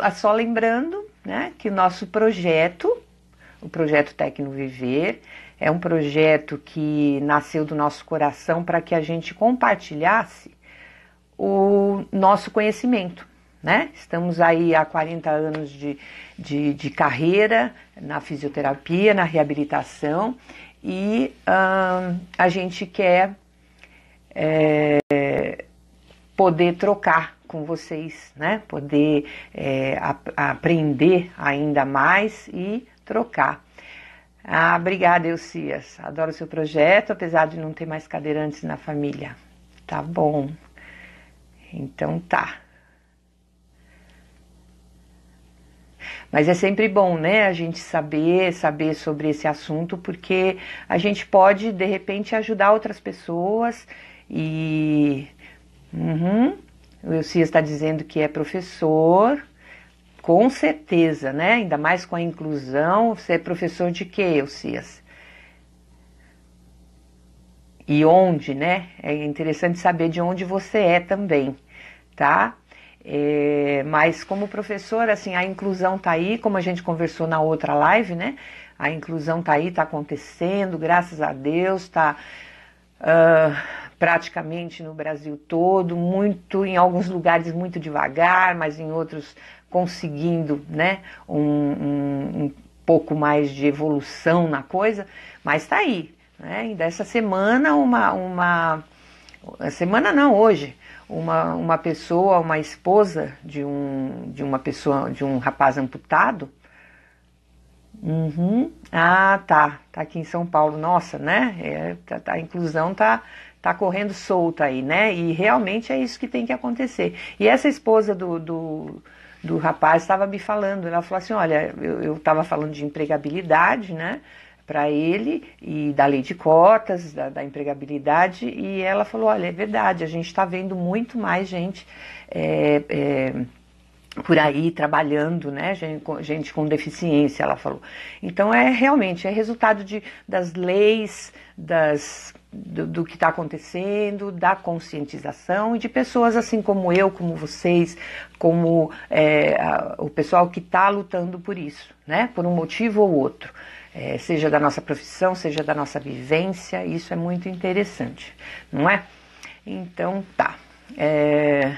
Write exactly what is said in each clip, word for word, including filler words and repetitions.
só lembrando, né, que o nosso projeto, o projeto Tecnoviver, é um projeto que nasceu do nosso coração para que a gente compartilhasse o nosso conhecimento, né? Estamos aí há quarenta anos de, de, de carreira na fisioterapia, na reabilitação, e hum, a gente quer é, poder trocar com vocês, né? Poder é, a, aprender ainda mais e trocar. Ah, obrigada, Elcias. Adoro o seu projeto, apesar de não ter mais cadeirantes na família. Tá bom. Então tá. Mas é sempre bom, né, a gente saber, saber sobre esse assunto, porque a gente pode, de repente, ajudar outras pessoas e... Uhum. O Elcias está dizendo que é professor, com certeza, né, ainda mais com a inclusão. Você é professor de quê, Elcias? E onde, né? É interessante saber de onde você é também, tá? É, mas como professor, assim, a inclusão tá aí, como a gente conversou na outra live, né? A inclusão tá aí, tá acontecendo, graças a Deus, tá uh, praticamente no Brasil todo, muito, em alguns lugares muito devagar, mas em outros conseguindo, né, um, um, um pouco mais de evolução na coisa, mas tá aí, né? E dessa semana, uma, uma, semana não, hoje, Uma, uma pessoa, uma esposa de, um, de uma pessoa, de um rapaz amputado. Uhum. Ah, tá, tá aqui em São Paulo, nossa, né, é, tá, tá, a inclusão tá, tá correndo solta aí, né, e realmente é isso que tem que acontecer. E essa esposa do, do, do rapaz estava me falando, ela falou assim, olha, eu estava falando de empregabilidade, né, para ele, e da lei de cotas, da, da empregabilidade, e ela falou, olha, é verdade, a gente está vendo muito mais gente é, é, por aí trabalhando, né, gente com, gente com deficiência, ela falou. Então, é realmente, é resultado de, das leis, das, do, do que está acontecendo, da conscientização, e de pessoas assim como eu, como vocês, como é, a, o pessoal que está lutando por isso, né, por um motivo ou outro. É, seja da nossa profissão, seja da nossa vivência, isso é muito interessante, não é? Então, tá. É...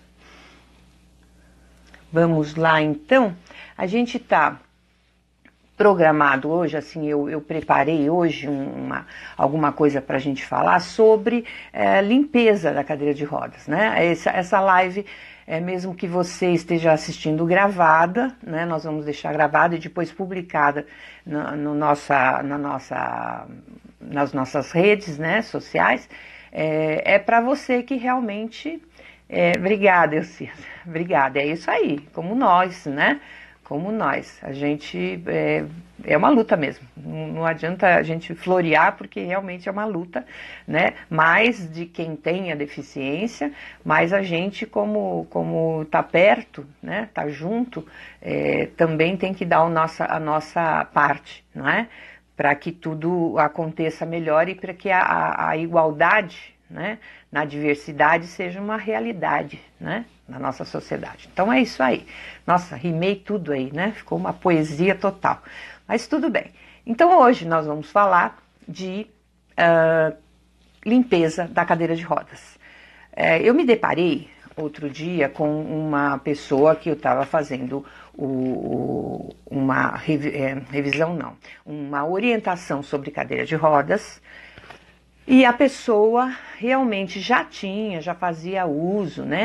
Vamos lá, então. A gente tá programado hoje, assim, eu, eu preparei hoje uma, alguma coisa para a gente falar sobre é, limpeza da cadeira de rodas, né? Essa, essa live... É, mesmo que você esteja assistindo gravada, né, nós vamos deixar gravada e depois publicada no, no nossa, na nossa, nas nossas redes, né, sociais, é, é para você que realmente... É, obrigada, Elcia, obrigada, é isso aí, como nós, né, como nós, a gente... É, é uma luta mesmo, não, não adianta a gente florear, porque realmente é uma luta, né, mais de quem tem a deficiência, mas a gente, como, como tá perto, né, tá junto, é, também tem que dar o nossa, a nossa parte, não é? Para que tudo aconteça melhor e para que a, a, a igualdade, né, na diversidade seja uma realidade, né, na nossa sociedade. Então é isso aí. Nossa, rimei tudo aí, né? Ficou uma poesia total. Mas tudo bem. Então hoje nós vamos falar de uh, limpeza da cadeira de rodas. Uh, eu me deparei outro dia com uma pessoa que eu estava fazendo o, o, uma revi é, revisão, não, uma orientação sobre cadeira de rodas. E a pessoa realmente já tinha, já fazia uso, né?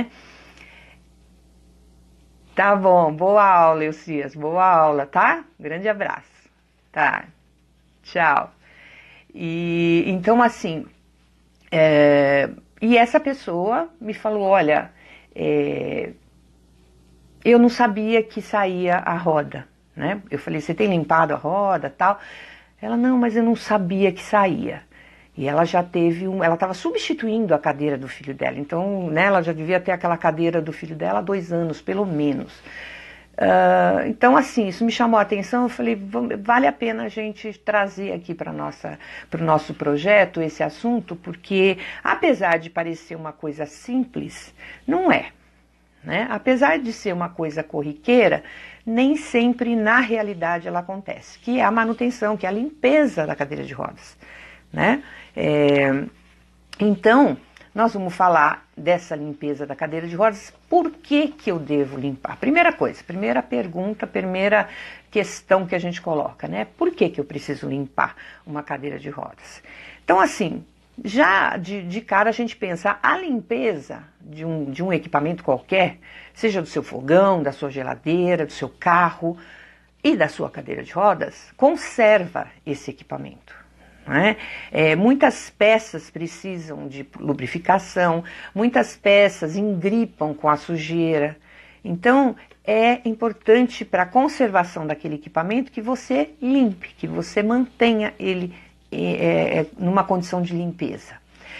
Tá bom, boa aula, Elcias, boa aula, tá? Grande abraço, tá? Tchau. E então, assim, é, e essa pessoa me falou, olha, é, eu não sabia que saía a roda, né? Eu falei, você tem limpado a roda, tal? Ela, não, mas eu não sabia que saía. E ela já teve um... Ela estava substituindo a cadeira do filho dela. Então, né, ela já devia ter aquela cadeira do filho dela há dois anos, pelo menos. Uh, então, assim, isso me chamou a atenção. Eu falei, vale a pena a gente trazer aqui para o nosso projeto esse assunto, porque, apesar de parecer uma coisa simples, não é. né? Apesar de ser uma coisa corriqueira, nem sempre na realidade ela acontece, que é a manutenção, que é a limpeza da cadeira de rodas, né? É, então, nós vamos falar dessa limpeza da cadeira de rodas. Por que que eu devo limpar? Primeira coisa, primeira pergunta, primeira questão que a gente coloca, né? Por que que eu preciso limpar uma cadeira de rodas? Então, assim, já de, de cara a gente pensa, a limpeza de um, de um equipamento qualquer, seja do seu fogão, da sua geladeira, do seu carro e da sua cadeira de rodas, conserva esse equipamento. Né? É, muitas peças precisam de lubrificação, muitas peças engripam com a sujeira. Então, é importante para a conservação daquele equipamento que você limpe, que você mantenha ele é, é, numa condição de limpeza.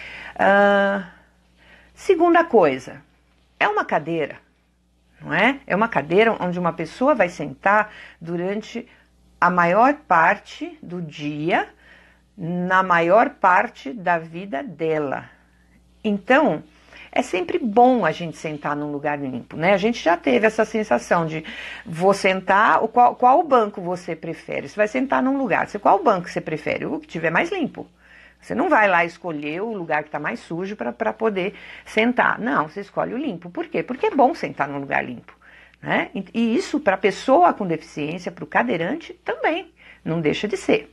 Ah, segunda coisa, é uma cadeira, não é? É uma cadeira onde uma pessoa vai sentar durante a maior parte do dia, na maior parte da vida dela. Então, é sempre bom a gente sentar num lugar limpo, né? A gente já teve essa sensação de vou sentar, qual, qual banco você prefere? Você vai sentar num lugar, você, qual banco você prefere? O que tiver mais limpo. Você não vai lá escolher o lugar que está mais sujo para poder sentar. Não, você escolhe o limpo. Por quê? Porque é bom sentar num lugar limpo, né? E isso para a pessoa com deficiência, para o cadeirante, também não deixa de ser.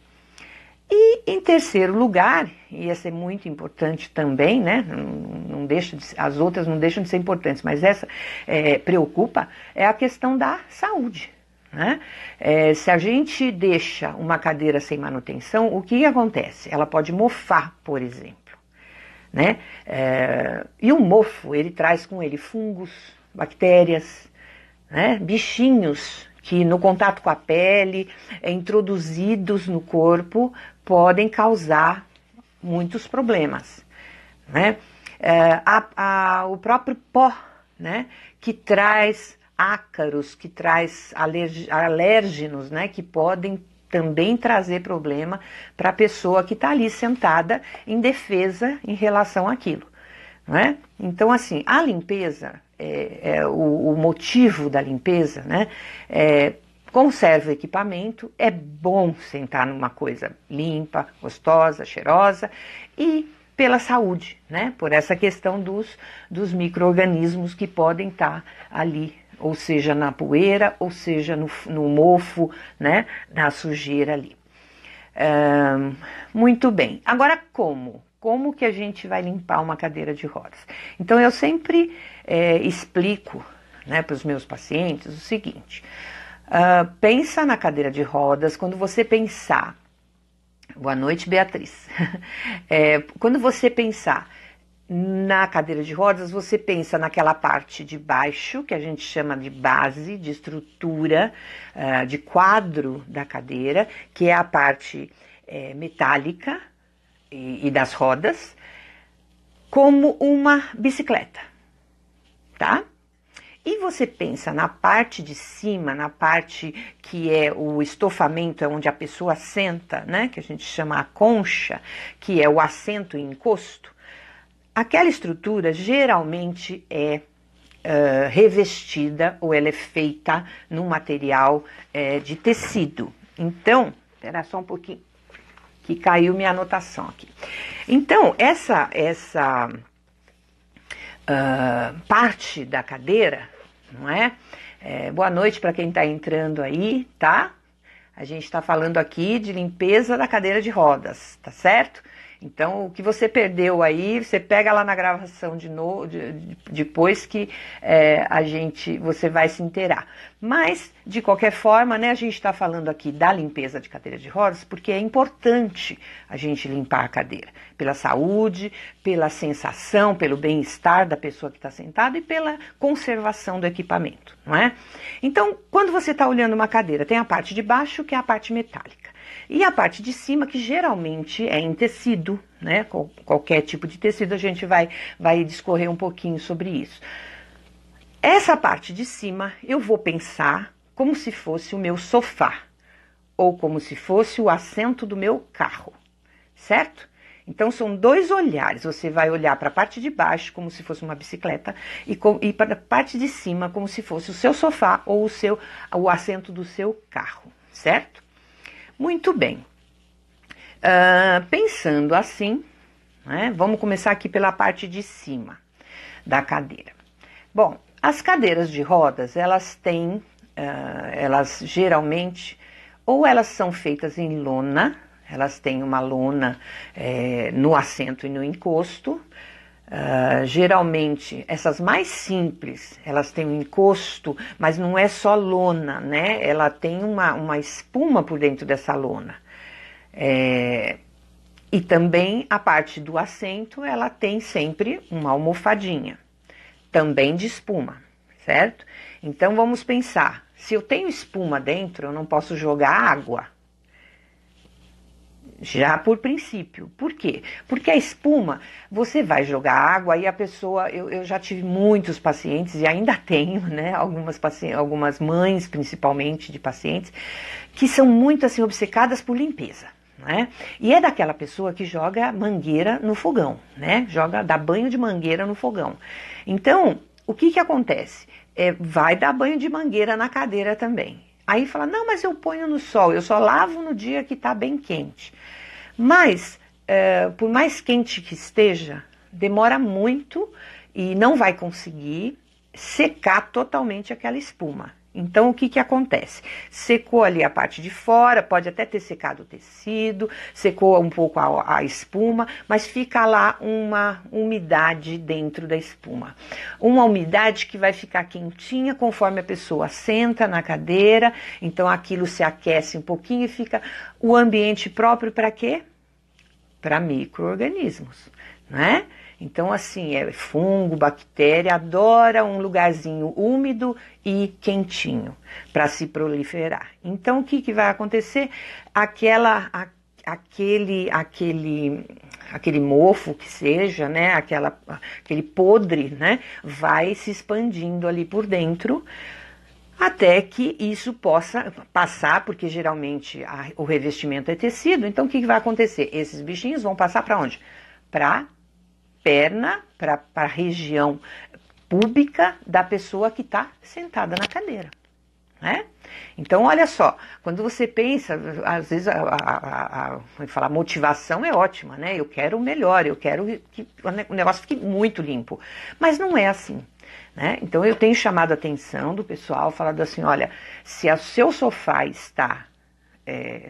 E em terceiro lugar, e essa é muito importante também, né? Não, não deixa de, as outras não deixam de ser importantes, mas essa é, preocupa, é a questão da saúde. Né? É, se a gente deixa uma cadeira sem manutenção, o que acontece? Ela pode mofar, por exemplo. Né? É, e o mofo, ele traz com ele fungos, bactérias, né? Bichinhos que no contato com a pele, é, introduzidos no corpo, podem causar muitos problemas. Né? É, a, a, o próprio pó, né? Que traz ácaros, que traz alerg, alérgenos, né? Que podem também trazer problema para a pessoa que está ali sentada em defesa em relação àquilo. Né? Então, assim, a limpeza, é, é, o, o motivo da limpeza, né? É, conserva o equipamento, é bom sentar numa coisa limpa, gostosa, cheirosa e pela saúde, né? Por essa questão dos, dos micro-organismos que podem estar ali, ou seja, na poeira, ou seja, no, no mofo, né? Na sujeira ali. Um, muito bem. Agora, como? Como que a gente vai limpar uma cadeira de rodas? Então, eu sempre é, explico, né, para os meus pacientes o seguinte. Uh, pensa na cadeira de rodas, quando você pensar... Boa noite, Beatriz. É, quando você pensar na cadeira de rodas, você pensa naquela parte de baixo, que a gente chama de base, de estrutura, uh, de quadro da cadeira, que é a parte é, metálica, e das rodas, como uma bicicleta, tá? E você pensa na parte de cima, na parte que é o estofamento, é onde a pessoa senta, né? Que a gente chama a concha, que é o assento e encosto. Aquela estrutura geralmente é uh, revestida ou ela é feita num material uh, de tecido. Então, espera só um pouquinho, que caiu minha anotação aqui. Então, essa, essa uh, parte da cadeira, não é? É, boa noite para quem está entrando aí, tá? A gente está falando aqui de limpeza da cadeira de rodas, tá certo? Então, o que você perdeu aí, você pega lá na gravação de novo, de, de, depois que é, a gente, você vai se inteirar. Mas, de qualquer forma, né, a gente está falando aqui da limpeza de cadeira de rodas, porque é importante a gente limpar a cadeira. Pela saúde, pela sensação, pelo bem-estar da pessoa que está sentada e pela conservação do equipamento, não é? Então, quando você está olhando uma cadeira, tem a parte de baixo, que é a parte metálica. E a parte de cima, que geralmente é em tecido, né? Qual, qualquer tipo de tecido, a gente vai, vai discorrer um pouquinho sobre isso. Essa parte de cima, eu vou pensar como se fosse o meu sofá, ou como se fosse o assento do meu carro, certo? Então são dois olhares, você vai olhar para a parte de baixo como se fosse uma bicicleta e, e para a parte de cima como se fosse o seu sofá ou o, seu, o assento do seu carro, certo? Muito bem. Uh, pensando assim, né, vamos começar aqui pela parte de cima da cadeira. Bom, as cadeiras de rodas, elas têm, uh, elas geralmente, ou elas são feitas em lona, elas têm uma lona é, no assento e no encosto. Uh, geralmente, essas mais simples, elas têm um encosto, mas não é só lona, né? Ela tem uma, uma espuma por dentro dessa lona. É, e também a parte do assento, ela tem sempre uma almofadinha, também de espuma, certo? Então, vamos pensar, se eu tenho espuma dentro, eu não posso jogar água. Já por princípio. Por quê? Porque a espuma, você vai jogar água e a pessoa, eu, eu já tive muitos pacientes e ainda tenho, né, algumas, pacientes, algumas mães, principalmente, de pacientes, que são muito, assim, obcecadas por limpeza, né? E é daquela pessoa que joga mangueira no fogão, né? Joga, dá banho de mangueira no fogão. Então, o que que acontece? É, vai dar banho de mangueira na cadeira também. Aí fala, não, mas eu ponho no sol, eu só lavo no dia que está bem quente. Mas, é, por mais quente que esteja, demora muito e não vai conseguir secar totalmente aquela espuma. Então, o que que acontece? Secou ali a parte de fora, pode até ter secado o tecido, secou um pouco a, a espuma, mas fica lá uma umidade dentro da espuma. Uma umidade que vai ficar quentinha conforme a pessoa senta na cadeira, então aquilo se aquece um pouquinho e fica o ambiente próprio para quê? Para micro-organismos, né? Então, assim, é fungo, bactéria, adora um lugarzinho úmido e quentinho para se proliferar. Então, o que, que vai acontecer? Aquela, a, aquele, aquele, aquele mofo que seja, né? Aquela, aquele podre, né? Vai se expandindo ali por dentro, até que isso possa passar, porque geralmente a, o revestimento é tecido. Então, o que, que vai acontecer? Esses bichinhos vão passar para onde? Para perna, para a região púbica da pessoa que está sentada na cadeira, né? Então, olha só, quando você pensa, às vezes a, a, a, a, falar, a motivação é ótima, né? Eu quero o melhor, eu quero que o negócio fique muito limpo, mas não é assim, né? Então, eu tenho chamado a atenção do pessoal, falando assim, olha, se o seu sofá está é,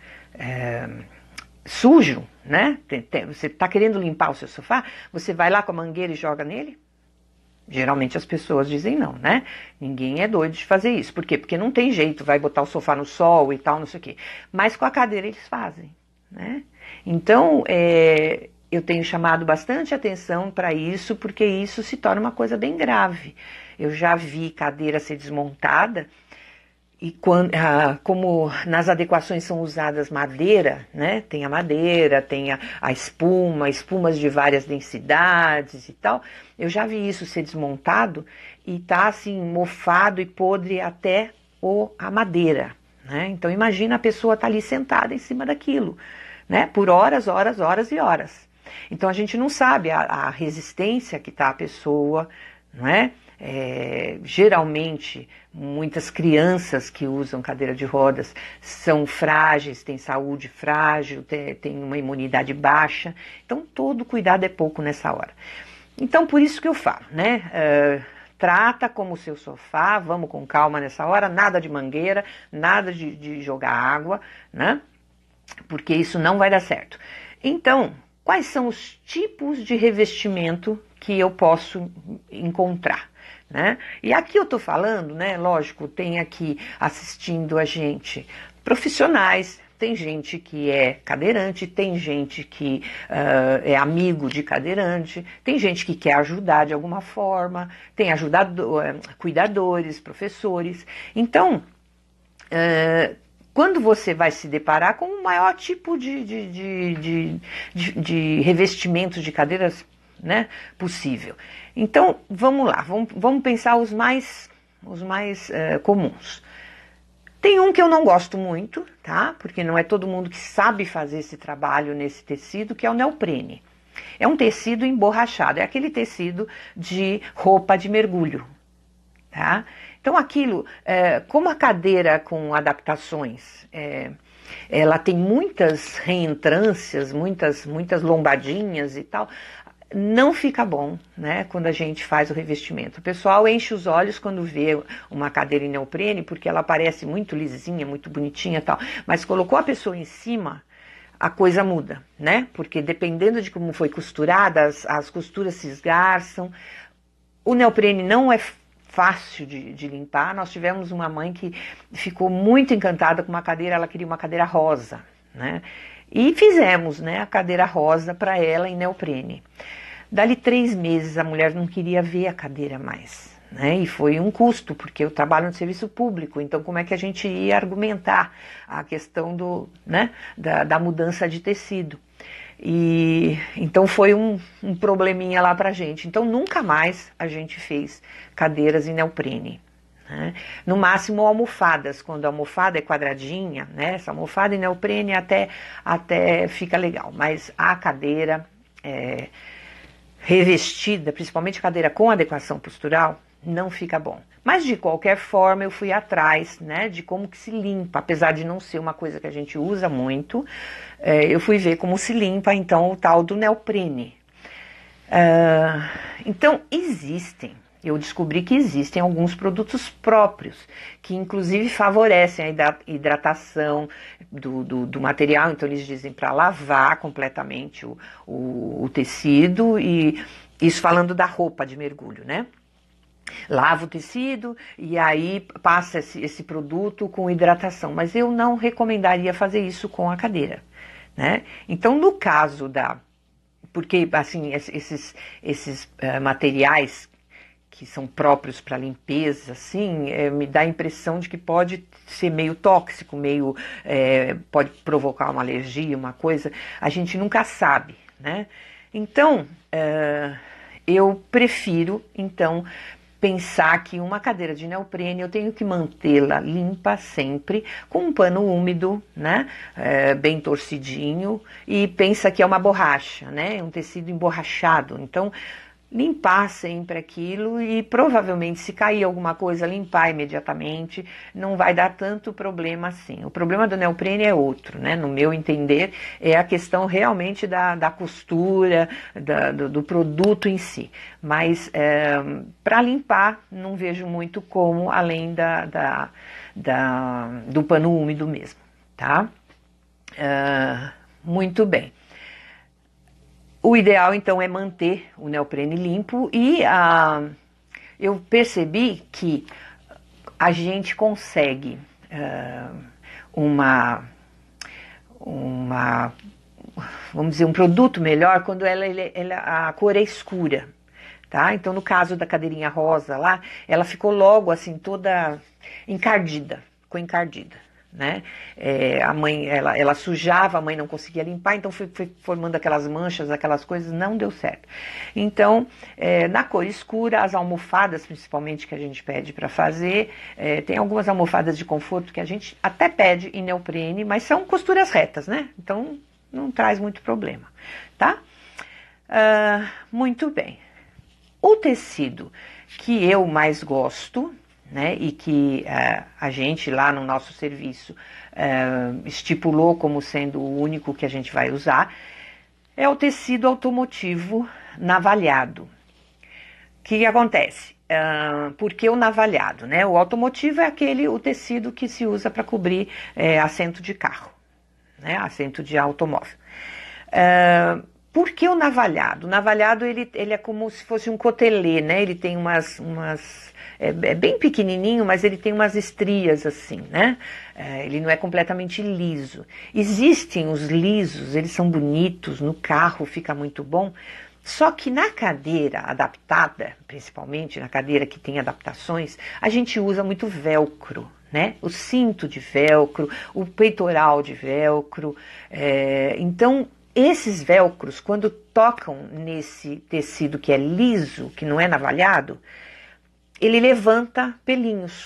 é, sujo, né? Tem, tem, você está querendo limpar o seu sofá, você vai lá com a mangueira e joga nele? Geralmente as pessoas dizem não, né? Ninguém é doido de fazer isso. Por quê? Porque não tem jeito, vai botar o sofá no sol e tal, não sei o quê. Mas com a cadeira eles fazem, né? Então, é, eu tenho chamado bastante atenção para isso, porque isso se torna uma coisa bem grave. Eu já vi cadeira ser desmontada, e quando, ah, como nas adequações são usadas madeira, né? Tem a madeira, tem a, a espuma, espumas de várias densidades e tal. Eu já vi isso ser desmontado e tá assim mofado e podre até o, a madeira, né? Então imagina a pessoa tá ali sentada em cima daquilo, né? Por horas, horas, horas e horas. Então a gente não sabe a, a resistência que tá a pessoa, não é? É, geralmente, muitas crianças que usam cadeira de rodas são frágeis, têm saúde frágil, têm, têm uma imunidade baixa, então todo cuidado é pouco nessa hora. Então, por isso que eu falo, né? Uh, trata como o seu sofá, vamos com calma nessa hora, nada de mangueira, nada de, de jogar água, né? Porque isso não vai dar certo. Então, quais são os tipos de revestimento que eu posso encontrar? Né? E aqui eu estou falando, né? Lógico, tem aqui assistindo a gente profissionais, tem gente que é cadeirante, tem gente que uh, é amigo de cadeirante, tem gente que quer ajudar de alguma forma, tem ajudador, cuidadores, professores. Então, uh, quando você vai se deparar com o maior tipo de, de, de, de, de, de revestimento de cadeiras, né, possível. Então, vamos lá, vamos, vamos pensar os mais, os mais uh, comuns. Tem um que eu não gosto muito, tá? Porque não é todo mundo que sabe fazer esse trabalho nesse tecido, que é o neoprene. É um tecido emborrachado, é aquele tecido de roupa de mergulho, tá? Então aquilo, é, como a cadeira com adaptações, é, ela tem muitas reentrâncias, muitas, muitas lombadinhas e tal, não fica bom, né, quando a gente faz o revestimento. O pessoal enche os olhos quando vê uma cadeira em neoprene, porque ela parece muito lisinha, muito bonitinha e tal, mas colocou a pessoa em cima, a coisa muda, né, porque dependendo de como foi costurada, as, as costuras se esgarçam. O neoprene não é fácil de, de limpar. Nós tivemos uma mãe que ficou muito encantada com uma cadeira, ela queria uma cadeira rosa, né, e fizemos, né, a cadeira rosa para ela em neoprene. Dali três meses a mulher não queria ver a cadeira mais, né, e foi um custo, porque eu trabalho no serviço público, então como é que a gente ia argumentar a questão do, né, da, da mudança de tecido? E então foi um, um probleminha lá pra gente. Então nunca mais a gente fez cadeiras em neoprene. Né? No máximo almofadas, quando a almofada é quadradinha, né? Essa almofada em neoprene até, até fica legal, mas a cadeira é, revestida, principalmente cadeira com adequação postural, não fica bom. Mas de qualquer forma eu fui atrás, né, de como que se limpa, apesar de não ser uma coisa que a gente usa muito, é, eu fui ver como se limpa então o tal do neoprene. Uh, então existem, eu descobri que existem alguns produtos próprios, que inclusive favorecem a hidratação do, do, do material, então eles dizem para lavar completamente o, o, o tecido, e isso falando da roupa de mergulho, né? Lava o tecido e aí passa esse, esse produto com hidratação, mas eu não recomendaria fazer isso com a cadeira, né? Então no caso da, porque assim, esses, esses uh, materiais que são próprios para limpeza, assim, é, me dá a impressão de que pode ser meio tóxico, meio, é, pode provocar uma alergia, uma coisa, a gente nunca sabe, né? Então, é, eu prefiro, então, pensar que uma cadeira de neoprene eu tenho que mantê-la limpa sempre, com um pano úmido, né, é, bem torcidinho, e pensa que é uma borracha, né, um tecido emborrachado, então limpar sempre aquilo e provavelmente se cair alguma coisa, limpar imediatamente, não vai dar tanto problema assim. O problema do neoprene é outro, né? No meu entender, é a questão realmente da, da costura, da, do, do produto em si. Mas é, para limpar, não vejo muito como, além da, da, da, do pano úmido mesmo, tá? Uh, muito bem. O ideal, então, é manter o neoprene limpo e uh, eu percebi que a gente consegue uh, uma, uma, vamos dizer, um produto melhor quando ela, ela, ela, a cor é escura, tá? Então, no caso da cadeirinha rosa lá, ela ficou logo, assim, toda encardida, ficou encardida. Né? É, a mãe, ela, ela sujava, a mãe não conseguia limpar, então foi, foi formando aquelas manchas, aquelas coisas, não deu certo. Então, é, na cor escura, as almofadas, principalmente, que a gente pede para fazer, é, tem algumas almofadas de conforto que a gente até pede em neoprene, mas são costuras retas, né? Então, não traz muito problema, tá? Uh, muito bem. O tecido que eu mais gosto, né, e que uh, a gente lá no nosso serviço uh, estipulou como sendo o único que a gente vai usar, é o tecido automotivo navalhado. O que, que acontece? Uh, por que o navalhado? Né? O automotivo é aquele, o tecido que se usa para cobrir uh, assento de carro, né? Assento de automóvel. Uh, Por que o navalhado? O navalhado ele, ele é como se fosse um cotelê, né? Ele tem umas, umas é, é bem pequenininho, mas ele tem umas estrias assim, né? É, ele não é completamente liso. Existem os lisos, eles são bonitos, no carro fica muito bom. Só que na cadeira adaptada, principalmente na cadeira que tem adaptações, a gente usa muito velcro, né? O cinto de velcro, o peitoral de velcro. É, então esses velcros, quando tocam nesse tecido que é liso, que não é navalhado, ele levanta pelinhos.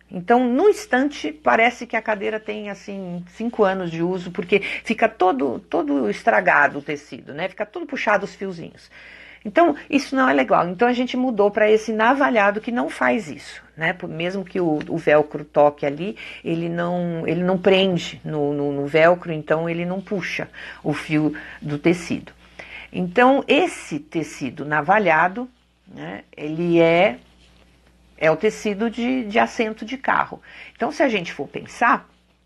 Então, no instante, parece que a cadeira tem, assim, cinco anos de uso, porque fica todo, todo estragado o tecido, né? Fica tudo puxado os fiozinhos. Então, isso não é legal. Então, a gente mudou para esse navalhado que não faz isso, né? Mesmo que o, o velcro toque ali, ele não, ele não prende no, no, no velcro, então ele não puxa o fio do tecido. Então, esse tecido navalhado, né, ele é... É o tecido de, de assento de carro. Então, se a gente for pensar,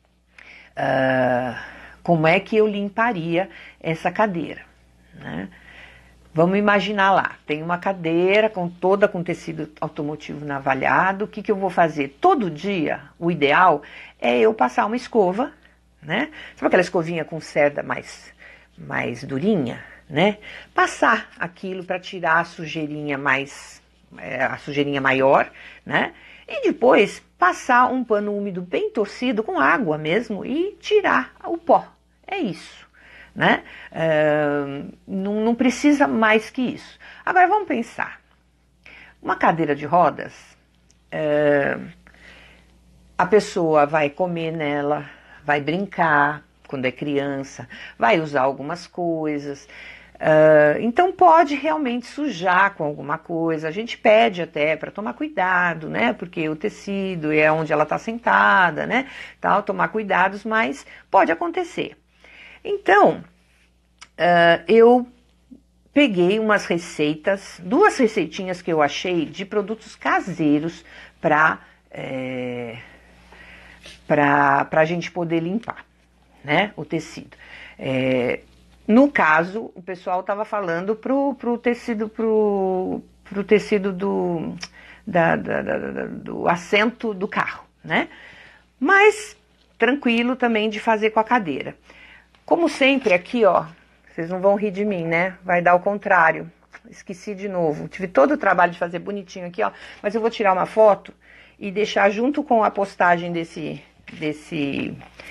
uh, como é que eu limparia essa cadeira, né? Vamos imaginar lá, tem uma cadeira com toda com tecido automotivo navalhado. O que, que eu vou fazer? Todo dia, o ideal é eu passar uma escova, né? Sabe aquela escovinha com cerda mais, mais durinha, né? Passar aquilo para tirar a sujeirinha mais... a sujeirinha maior, né? E depois passar um pano úmido bem torcido com água mesmo e tirar o pó. É isso, né? Uh, não, não precisa mais que isso. Agora vamos pensar. Uma cadeira de rodas, uh, a pessoa vai comer nela, vai brincar quando é criança, vai usar algumas coisas. Uh, então pode realmente sujar com alguma coisa. A gente pede até para tomar cuidado, né? Porque o tecido é onde ela está sentada, né? Tal, tomar cuidados, mas pode acontecer. Então, uh, eu peguei umas receitas, duas receitinhas que eu achei de produtos caseiros para é, para a gente poder limpar, né? O tecido. É, No caso, o pessoal estava falando pro, pro tecido, pro, pro tecido do, da, da, da, do assento do carro, né? Mas tranquilo também de fazer com a cadeira. Como sempre aqui, ó, vocês não vão rir de mim, né? Vai dar o contrário. Esqueci de novo. Tive todo o trabalho de fazer bonitinho aqui, ó, mas eu vou tirar uma foto e deixar junto com a postagem desse... desse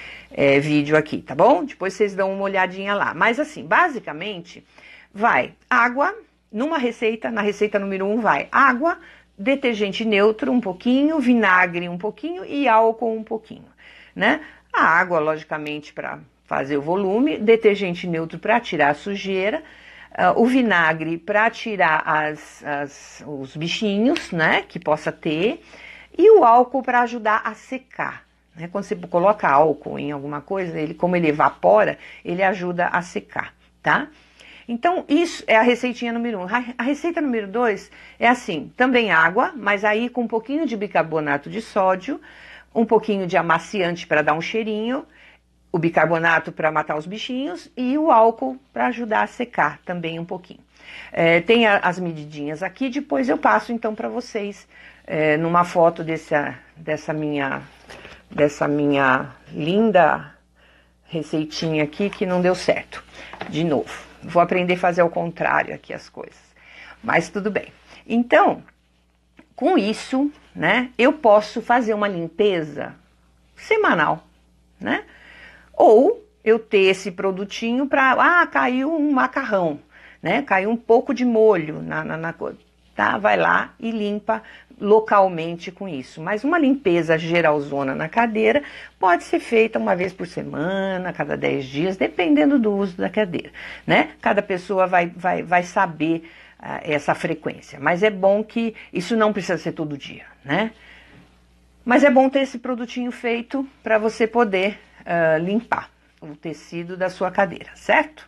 É, vídeo aqui, tá bom? Depois vocês dão uma olhadinha lá. Mas assim, basicamente, vai água, numa receita, na receita número um vai água, detergente neutro um pouquinho, vinagre um pouquinho e álcool um pouquinho, né? A água, logicamente, para fazer o volume, detergente neutro para tirar a sujeira, uh, o vinagre para tirar as, as, os bichinhos, né, que possa ter, e o álcool para ajudar a secar. Quando você coloca álcool em alguma coisa, ele, como ele evapora, ele ajuda a secar, tá? Então, isso é a receitinha número um. A receita número dois é assim, também água, mas aí com um pouquinho de bicarbonato de sódio, um pouquinho de amaciante para dar um cheirinho, o bicarbonato para matar os bichinhos e o álcool para ajudar a secar também um pouquinho. É, tem a, as medidinhas aqui, depois eu passo então para vocês é, numa foto dessa, dessa minha... dessa minha linda receitinha aqui que não deu certo. De novo, vou aprender a fazer ao contrário aqui as coisas. Mas tudo bem. Então, com isso, né, eu posso fazer uma limpeza semanal, né? Ou eu ter esse produtinho para... Ah, caiu um macarrão, né? Caiu um pouco de molho na, na, na coisa. Tá? Vai lá e limpa localmente com isso. Mas uma limpeza geralzona na cadeira pode ser feita uma vez por semana, cada dez dias, dependendo do uso da cadeira, né? Cada pessoa vai, vai, vai saber uh, essa frequência. Mas é bom que isso não precisa ser todo dia, né? Mas é bom ter esse produtinho feito para você poder uh, limpar o tecido da sua cadeira, certo?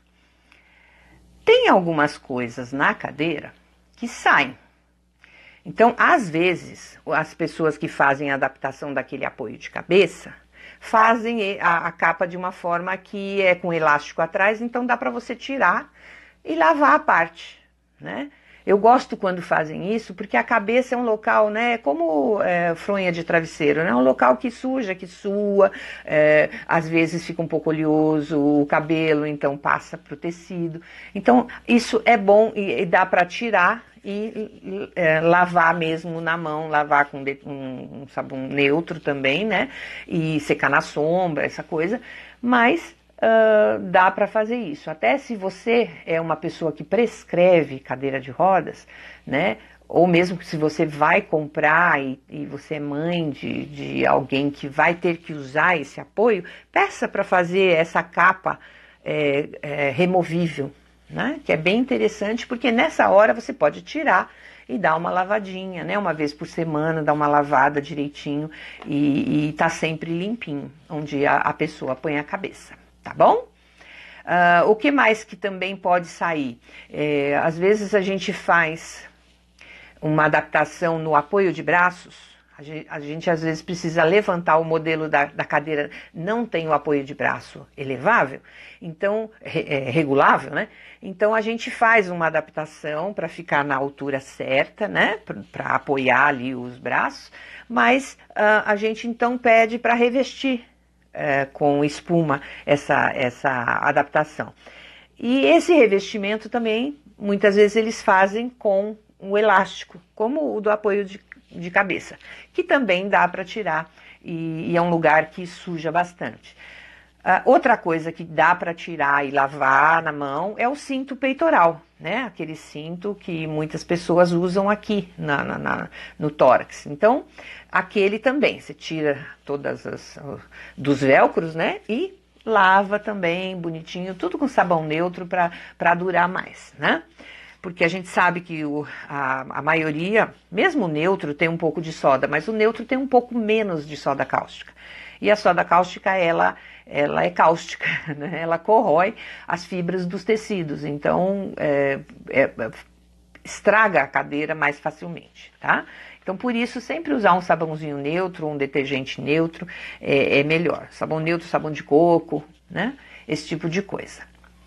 Tem algumas coisas na cadeira que saem. Então, às vezes, as pessoas que fazem a adaptação daquele apoio de cabeça, fazem a, a capa de uma forma que é com elástico atrás, então dá para você tirar e lavar a parte, né? Eu gosto quando fazem isso, porque a cabeça é um local, né, como é, fronha de travesseiro, né, um local que suja, que sua, é, às vezes fica um pouco oleoso, o cabelo, então passa para o tecido. Então, isso é bom e, e dá para tirar e é, lavar mesmo na mão, lavar com de, um, um sabão neutro também, né, e secar na sombra, essa coisa, mas... Uh, dá para fazer isso. Até se você é uma pessoa que prescreve cadeira de rodas, né, ou mesmo que se você vai comprar e, e você é mãe de, de alguém que vai ter que usar esse apoio, peça para fazer essa capa é, é, removível, né? Que é bem interessante, porque nessa hora você pode tirar e dar uma lavadinha, né? Uma vez por semana, dar uma lavada direitinho e, e tá sempre limpinho, onde a, a pessoa põe a cabeça, tá bom? Uh, o que mais que também pode sair? É, às vezes a gente faz uma adaptação no apoio de braços, a gente, a gente às vezes precisa levantar o modelo da, da cadeira, não tem o apoio de braço elevável, então, é, regulável, né? Então a gente faz uma adaptação para ficar na altura certa, né? Para apoiar ali os braços, mas uh, a gente então pede para revestir uh, com espuma essa, essa adaptação. E esse revestimento também, muitas vezes eles fazem com um elástico, como o do apoio de, de cabeça, que também dá para tirar e, e é um lugar que suja bastante. Uh, outra coisa que dá para tirar e lavar na mão é o cinto peitoral, né? Aquele cinto que muitas pessoas usam aqui na, na, na, no tórax. Então, aquele também, você tira todas as dos velcros, né? E lava também, bonitinho, tudo com sabão neutro para durar mais, né? Porque a gente sabe que o, a, a maioria, mesmo o neutro, tem um pouco de soda, mas o neutro tem um pouco menos de soda cáustica. E a soda cáustica, ela, ela é cáustica, né? Ela corrói as fibras dos tecidos, então é, é, estraga a cadeira mais facilmente, tá? Então, por isso, sempre usar um sabãozinho neutro, um detergente neutro, é, é melhor. Sabão neutro, sabão de coco, né? Esse tipo de coisa.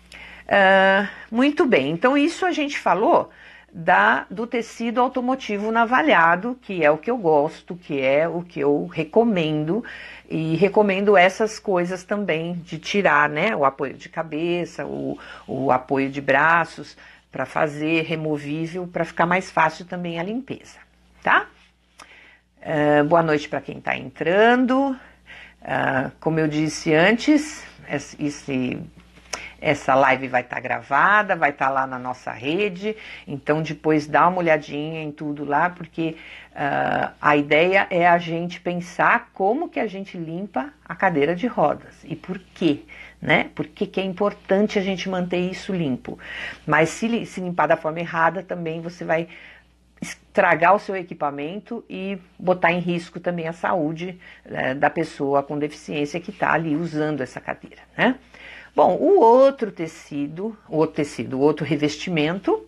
Uh, muito bem, então isso a gente falou da, do tecido automotivo navalhado, que é o que eu gosto, que é o que eu recomendo, e recomendo essas coisas também de tirar, né, o apoio de cabeça, o, o apoio de braços, para fazer removível, para ficar mais fácil também a limpeza, tá? Uh, boa noite para quem está entrando. Uh, como eu disse antes, esse... Essa live vai estar tá gravada, vai estar tá lá na nossa rede, então depois dá uma olhadinha em tudo lá, porque uh, a ideia é a gente pensar como que a gente limpa a cadeira de rodas e por quê, né? Por que que é importante a gente manter isso limpo. Mas se, se limpar da forma errada também você vai estragar o seu equipamento e botar em risco também a saúde uh, da pessoa com deficiência que está ali usando essa cadeira, né? Bom, o outro tecido, o outro tecido, o outro revestimento,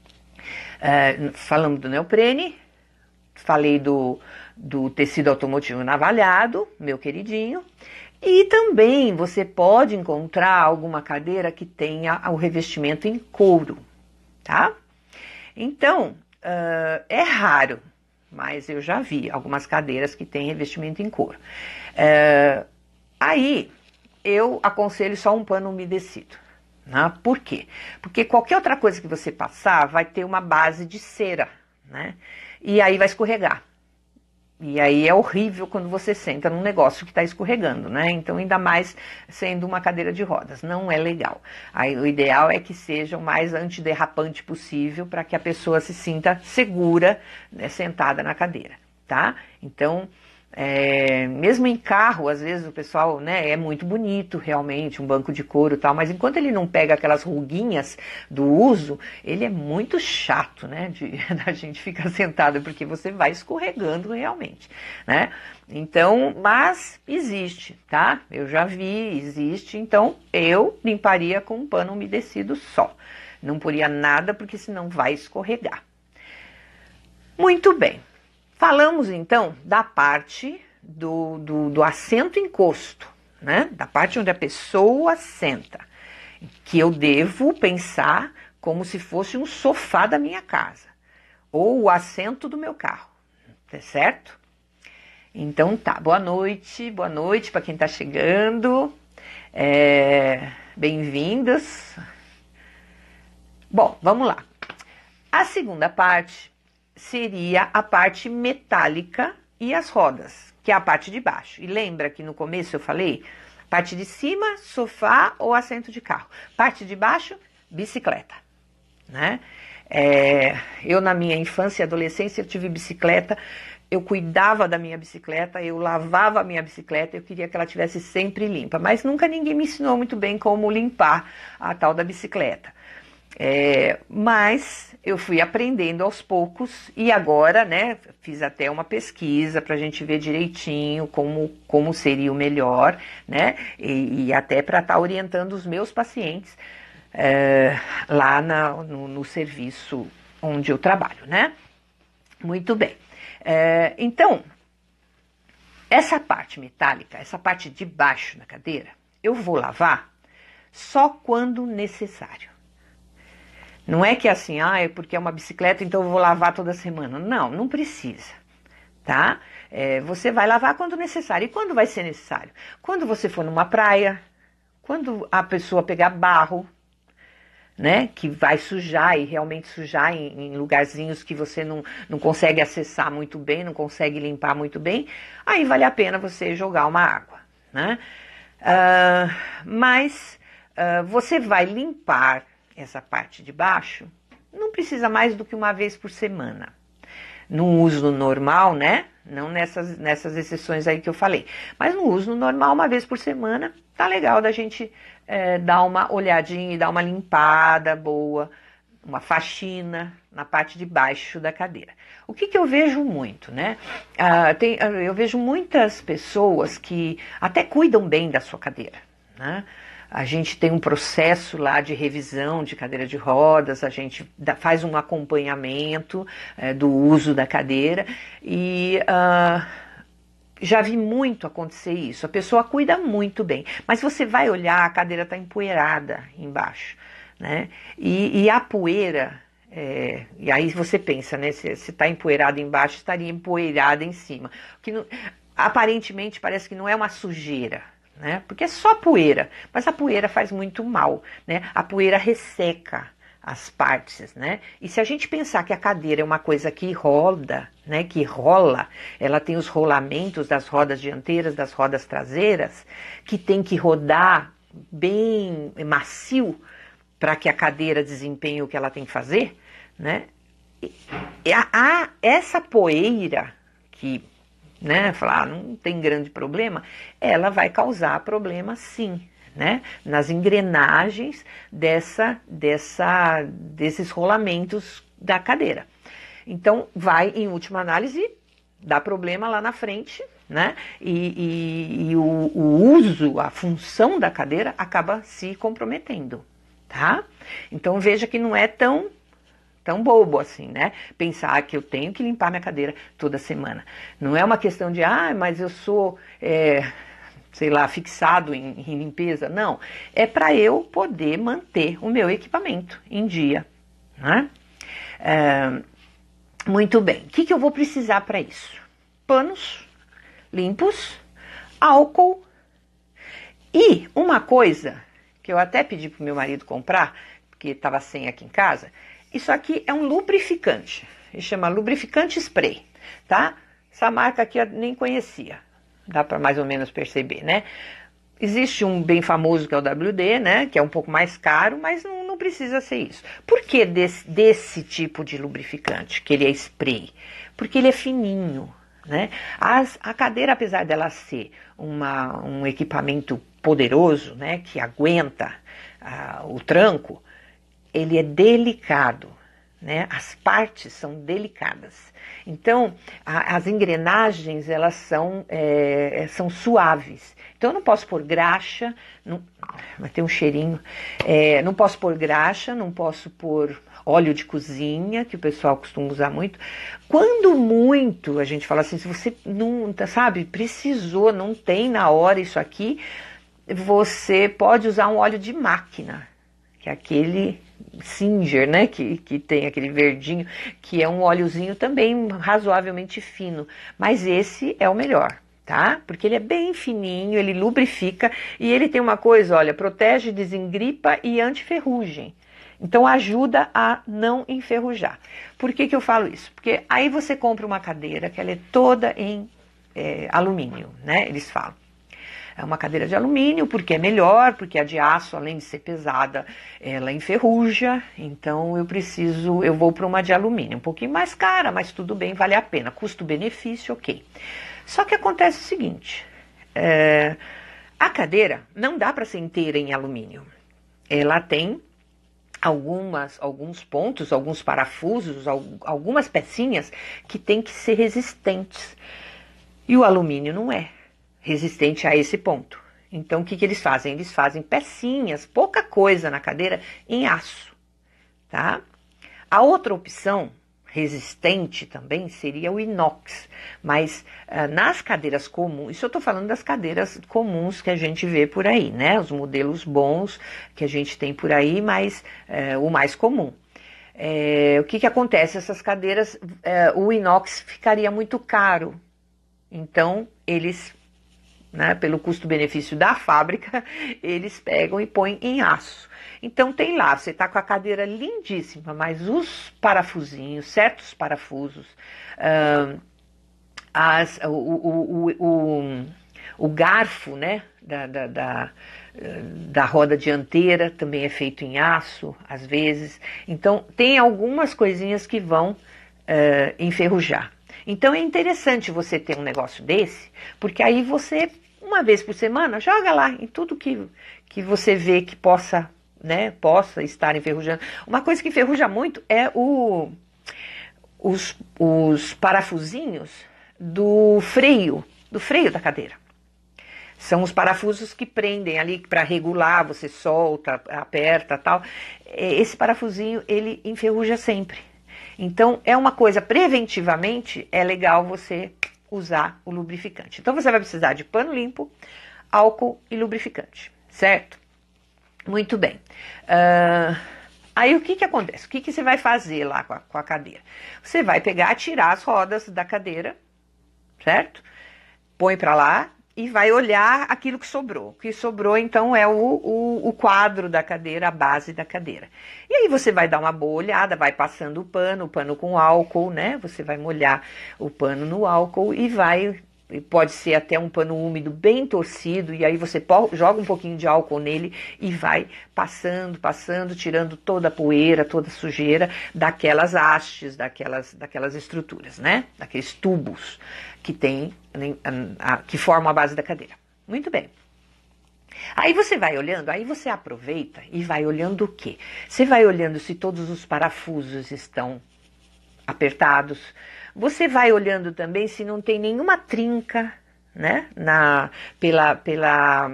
é, falamos do neoprene, falei do, do tecido automotivo navalhado, meu queridinho, e também você pode encontrar alguma cadeira que tenha o revestimento em couro, tá? Então, uh, é raro, mas eu já vi algumas cadeiras que têm revestimento em couro. Uh, aí... eu aconselho só um pano umedecido, né? Por quê? Porque qualquer outra coisa que você passar vai ter uma base de cera, né? E aí vai escorregar. E aí é horrível quando você senta num negócio que está escorregando, né? Então, ainda mais sendo uma cadeira de rodas, não é legal. Aí, o ideal é que seja o mais antiderrapante possível para que a pessoa se sinta segura, né, sentada na cadeira, tá? Então... É, mesmo em carro, às vezes o pessoal, né, é muito bonito realmente, um banco de couro e tal, mas enquanto ele não pega aquelas ruguinhas do uso, ele é muito chato, né, de, da gente ficar sentado, porque você vai escorregando realmente, né? Então, mas existe, tá? Eu já vi, existe, então eu limparia com um pano umedecido só. Não poria nada, porque senão vai escorregar. Muito bem. Falamos, então, da parte do, do, do assento encosto, né? Da parte onde a pessoa senta, que eu devo pensar como se fosse um sofá da minha casa, ou o assento do meu carro, tá certo? Então tá, boa noite, boa noite para quem tá chegando, é, bem-vindos. Bom, vamos lá. A segunda parte seria a parte metálica e as rodas, que é a parte de baixo. E lembra que no começo eu falei, parte de cima, sofá ou assento de carro. Parte de baixo, bicicleta, né? É, eu, na minha infância e adolescência, eu tive bicicleta, eu cuidava da minha bicicleta, eu lavava a minha bicicleta, eu queria que ela tivesse sempre limpa, mas nunca ninguém me ensinou muito bem como limpar a tal da bicicleta. É, mas eu fui aprendendo aos poucos e agora, né, fiz até uma pesquisa para a gente ver direitinho como, como seria o melhor, né, e, e até para estar tá orientando os meus pacientes é, lá na, no, no serviço onde eu trabalho, né. Muito bem. É, então, essa parte metálica, essa parte de baixo da cadeira, eu vou lavar só quando necessário. Não é que assim, ah, é porque é uma bicicleta, então eu vou lavar toda semana. Não, não precisa, tá? É, você vai lavar quando necessário. E quando vai ser necessário? Quando você for numa praia, quando a pessoa pegar barro, né, que vai sujar e realmente sujar em, em lugarzinhos que você não, não consegue acessar muito bem, não consegue limpar muito bem, aí vale a pena você jogar uma água, né? Uh, mas uh, você vai limpar essa parte de baixo, não precisa mais do que uma vez por semana. No uso normal, né? Não nessas, nessas exceções aí que eu falei. Mas no uso normal, uma vez por semana, tá legal da gente é, dar uma olhadinha e dar uma limpada boa, uma faxina na parte de baixo da cadeira. O que que eu vejo muito, né? Ah, tem, eu vejo muitas pessoas que até cuidam bem da sua cadeira, né? A gente tem um processo lá de revisão de cadeira de rodas, a gente dá, faz um acompanhamento é, do uso da cadeira e uh, já vi muito acontecer isso. A pessoa cuida muito bem, mas você vai olhar, a cadeira está empoeirada embaixo, né? E, e a poeira, é, e aí você pensa, né? Se está empoeirada embaixo, estaria empoeirada em cima. Que não, aparentemente parece que não é uma sujeira, né? Porque é só poeira, mas a poeira faz muito mal, né? A poeira resseca as partes, né? E se a gente pensar que a cadeira é uma coisa que roda, né? Que rola, ela tem os rolamentos das rodas dianteiras, das rodas traseiras, que tem que rodar bem macio para que a cadeira desempenhe o que ela tem que fazer, né? E a, a, essa poeira que né, falar, ah, não tem grande problema, ela vai causar problema sim, né, nas engrenagens dessa, dessa, desses rolamentos da cadeira. Então, vai, em última análise, dar problema lá na frente, né, e, e, e o, o uso, a função da cadeira acaba se comprometendo, tá? Então, veja que não é tão tão bobo assim, né? Pensar que eu tenho que limpar minha cadeira toda semana. Não é uma questão de, ah, mas eu sou, é, sei lá, fixado em, em limpeza. Não, é para eu poder manter o meu equipamento em dia, né? É, muito bem, o que, que eu vou precisar para isso? Panos limpos, álcool e uma coisa que eu até pedi para o meu marido comprar, porque estava sem aqui em casa. Isso aqui é um lubrificante, ele chama lubrificante spray, tá? Essa marca aqui eu nem conhecia, dá para mais ou menos perceber, né? Existe um bem famoso que é o W D, né? Que é um pouco mais caro, mas não, não precisa ser isso. Por que desse, desse tipo de lubrificante, que ele é spray? Porque ele é fininho, né? As, a cadeira, apesar dela ser uma, um equipamento poderoso, né? Que aguenta uh, o tranco, ele é delicado, né? As partes são delicadas. Então, a, as engrenagens, elas são, é, são suaves. Então, eu não posso pôr graxa, não, vai ter um cheirinho, é, não posso pôr graxa, não posso pôr óleo de cozinha, que o pessoal costuma usar muito. Quando muito, a gente fala assim, se você não, sabe, precisou, não tem na hora isso aqui, você pode usar um óleo de máquina, que é aquele Singer, né, que, que tem aquele verdinho, que é um óleozinho também razoavelmente fino, mas esse é o melhor, tá? Porque ele é bem fininho, ele lubrifica e ele tem uma coisa, olha, protege, desengripa e antiferrugem. Então ajuda a não enferrujar. Por que que eu falo isso? Porque aí você compra uma cadeira que ela é toda em é, alumínio, né, eles falam. é uma cadeira de alumínio, porque é melhor, porque a de aço, além de ser pesada, ela enferruja, então eu preciso, eu vou para uma de alumínio, um pouquinho mais cara, mas tudo bem, vale a pena, custo-benefício, ok. Só que acontece o seguinte, é, a cadeira não dá para ser inteira em alumínio, ela tem algumas, alguns pontos, alguns parafusos, algumas pecinhas que tem que ser resistentes. E o alumínio não é resistente a esse ponto. Então, o que, que eles fazem? Eles fazem pecinhas, pouca coisa na cadeira, em aço, tá? A outra opção, resistente também, seria o inox. Mas uh, nas cadeiras comuns, isso eu estou falando das cadeiras comuns que a gente vê por aí, né? Os modelos bons que a gente tem por aí, mas uh, o mais comum. É, o que, que acontece? Essas cadeiras, uh, o inox ficaria muito caro. Então, eles, né, pelo custo-benefício da fábrica, eles pegam e põem em aço. Então, tem lá, você está com a cadeira lindíssima, mas os parafusinhos, certos parafusos, uh, as, o, o, o, o, o garfo, né, da, da, da, da roda dianteira também é feito em aço, às vezes. Então, tem algumas coisinhas que vão uh, enferrujar. Então é interessante você ter um negócio desse, porque aí você, uma vez por semana, joga lá em tudo que, que você vê que possa, né, possa estar enferrujando. Uma coisa que enferruja muito é o, os, os parafusinhos do freio, do freio da cadeira. São os parafusos que prendem ali para regular, você solta, aperta, tal. Esse parafusinho, ele enferruja sempre. Então, é uma coisa, preventivamente, é legal você usar o lubrificante. Então, você vai precisar de pano limpo, álcool e lubrificante, certo? Muito bem. Uh, aí, o que que acontece? O que que você vai fazer lá com a, com a cadeira? Você vai pegar, tirar as rodas da cadeira, certo? Põe para lá e vai olhar aquilo que sobrou. O que sobrou, então, é o, o, o quadro da cadeira, a base da cadeira. E aí você vai dar uma boa olhada, vai passando o pano, o pano com álcool, né? Você vai molhar o pano no álcool e vai, pode ser até um pano úmido bem torcido, e aí você joga um pouquinho de álcool nele e vai passando, passando, tirando toda a poeira, toda a sujeira daquelas hastes, daquelas, daquelas estruturas, né? Daqueles tubos que tem, que formam a base da cadeira. Muito bem. Aí você vai olhando, aí você aproveita e vai olhando o quê? Você vai olhando se todos os parafusos estão apertados. Você vai olhando também se não tem nenhuma trinca, né? Na, pela, pela,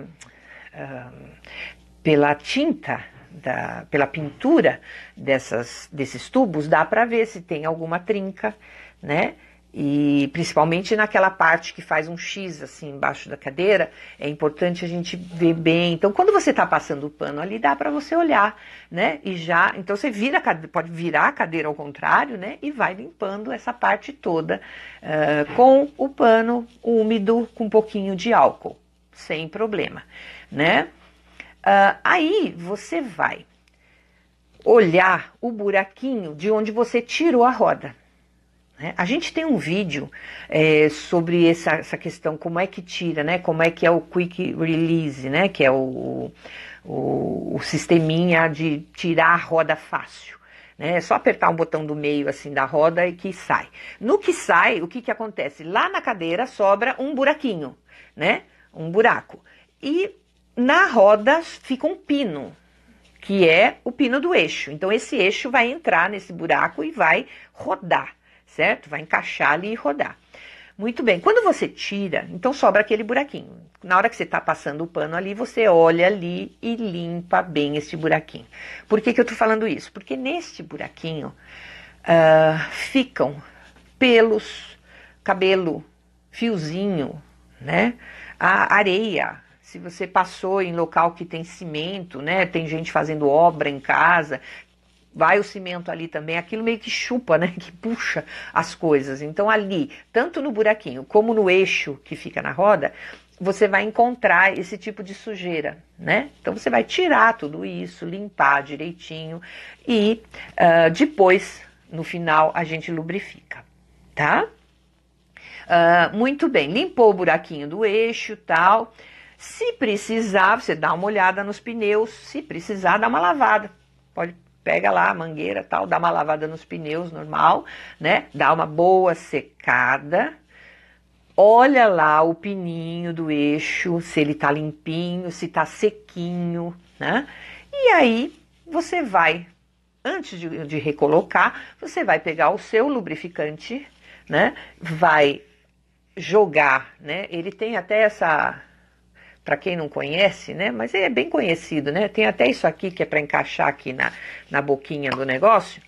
uh, pela tinta, da, pela pintura dessas, desses tubos, dá para ver se tem alguma trinca, né? E principalmente naquela parte que faz um X assim embaixo da cadeira, é importante a gente ver bem. Então, quando você está passando o pano ali, dá para você olhar, né? E já, então você vira, pode virar a cadeira ao contrário, né? E vai limpando essa parte toda uh, com o pano úmido, com um pouquinho de álcool, sem problema, né? Uh, aí você vai olhar o buraquinho de onde você tirou a roda. A gente tem um vídeo é, sobre essa, essa questão, como é que tira, né? Como é que é o quick release, né? Que é o, o, o sisteminha de tirar a roda fácil. Né? É só apertar um botão do meio assim da roda e que sai. No que sai, o que, que acontece? Lá na cadeira sobra um buraquinho, né? Um buraco. E na roda fica um pino, que é o pino do eixo. Então esse eixo vai entrar nesse buraco e vai rodar. Certo? Vai encaixar ali e rodar. Muito bem. Quando você tira, então sobra aquele buraquinho. Na hora que você está passando o pano ali, você olha ali e limpa bem esse buraquinho. Por que que eu estou falando isso? Porque neste buraquinho uh, ficam pelos, cabelo, fiozinho, né? A areia. Se você passou em local que tem cimento, né? Tem gente fazendo obra em casa, vai o cimento ali também, aquilo meio que chupa, né, que puxa as coisas. Então ali, tanto no buraquinho como no eixo que fica na roda, você vai encontrar esse tipo de sujeira, né? Então você vai tirar tudo isso, limpar direitinho e uh, depois, no final, a gente lubrifica, tá? Uh, muito bem, limpou o buraquinho do eixo e tal. Se precisar, você dá uma olhada nos pneus, se precisar, dá uma lavada. Pode, pega lá a mangueira, tal, dá uma lavada nos pneus, normal, né? Dá uma boa secada. Olha lá o pininho do eixo, se ele tá limpinho, se tá sequinho, né? E aí você vai, antes de, de recolocar, você vai pegar o seu lubrificante, né? Vai jogar, né? Ele tem até essa, para quem não conhece, né? Mas é bem conhecido, né? Tem até isso aqui que é para encaixar aqui na, na boquinha do negócio.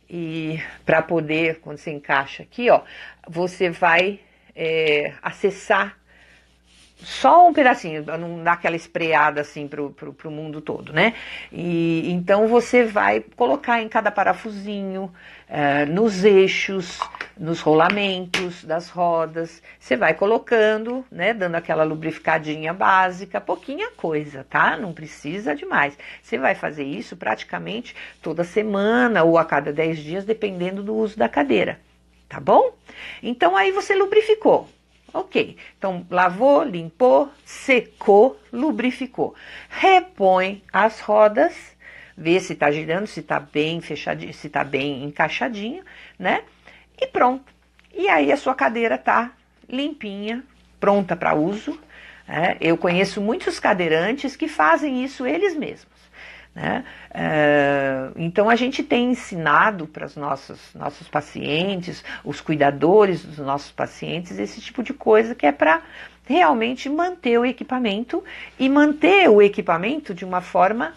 E para poder, quando você encaixa aqui, ó, você vai é, acessar só um pedacinho, não dar aquela espreada assim pro, pro, pro mundo todo, né? E então você vai colocar em cada parafusinho, é, nos eixos, nos rolamentos das rodas, você vai colocando, né? Dando aquela lubrificadinha básica, pouquinha coisa, tá? Não precisa demais. Você vai fazer isso praticamente toda semana ou a cada dez dias, dependendo do uso da cadeira, tá bom? Então aí você lubrificou. Ok, então lavou, limpou, secou, lubrificou. Repõe as rodas, vê se tá girando, se tá bem fechadinho, se tá bem encaixadinho, né? E pronto. E aí a sua cadeira tá limpinha, pronta para uso. Né? Eu conheço muitos cadeirantes que fazem isso eles mesmos. Né? Uh, então a gente tem ensinado para os nossos, nossos pacientes, os cuidadores dos nossos pacientes, esse tipo de coisa que é para realmente manter o equipamento e manter o equipamento de uma forma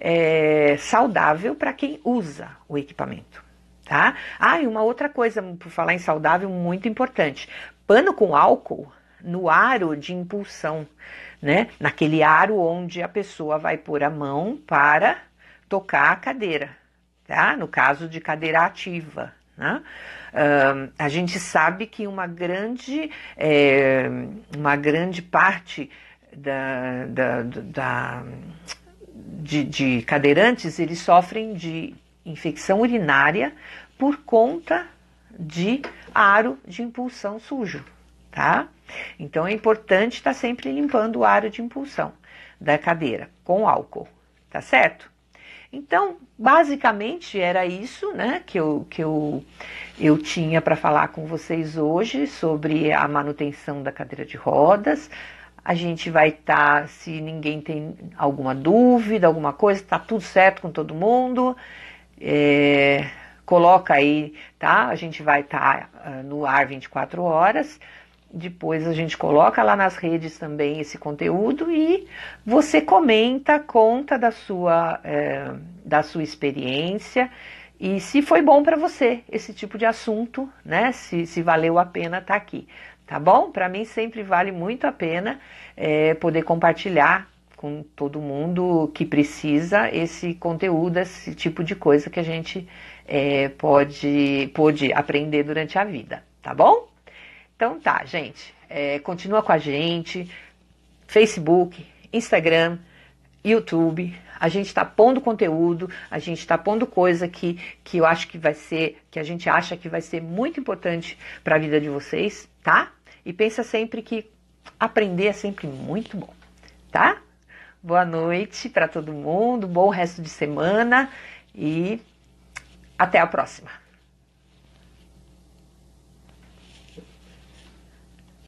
é, saudável para quem usa o equipamento. Tá? Ah, e uma outra coisa, por falar em saudável, muito importante, pano com álcool no aro de impulsão, né? Naquele aro onde a pessoa vai pôr a mão para tocar a cadeira, tá? No caso de cadeira ativa, né? Uh, a gente sabe que uma grande, é, uma grande parte da, da, da, de, de cadeirantes, eles sofrem de infecção urinária por conta de aro de impulsão sujo. Tá? Então é importante estar sempre limpando o aro de impulsão da cadeira com álcool, tá certo? Então, basicamente era isso, né, que eu, que eu, eu tinha para falar com vocês hoje sobre a manutenção da cadeira de rodas. A gente vai estar, tá, se ninguém tem alguma dúvida, alguma coisa, tá tudo certo com todo mundo, é, coloca aí, tá? A gente vai estar tá, uh, no ar vinte e quatro horas. Depois a gente coloca lá nas redes também esse conteúdo e você comenta, conta da sua, é, da sua experiência e se foi bom para você esse tipo de assunto, né? Se, se valeu a pena estar aqui, tá bom? Para mim sempre vale muito a pena é, poder compartilhar com todo mundo que precisa esse conteúdo, esse tipo de coisa que a gente é, pode, pode aprender durante a vida, tá bom? Então tá, gente, é, continua com a gente, Facebook, Instagram, YouTube, a gente tá pondo conteúdo, a gente tá pondo coisa que, que eu acho que vai ser, que a gente acha que vai ser muito importante para a vida de vocês, tá? E pensa sempre que aprender é sempre muito bom, tá? Boa noite para todo mundo, bom resto de semana e até a próxima.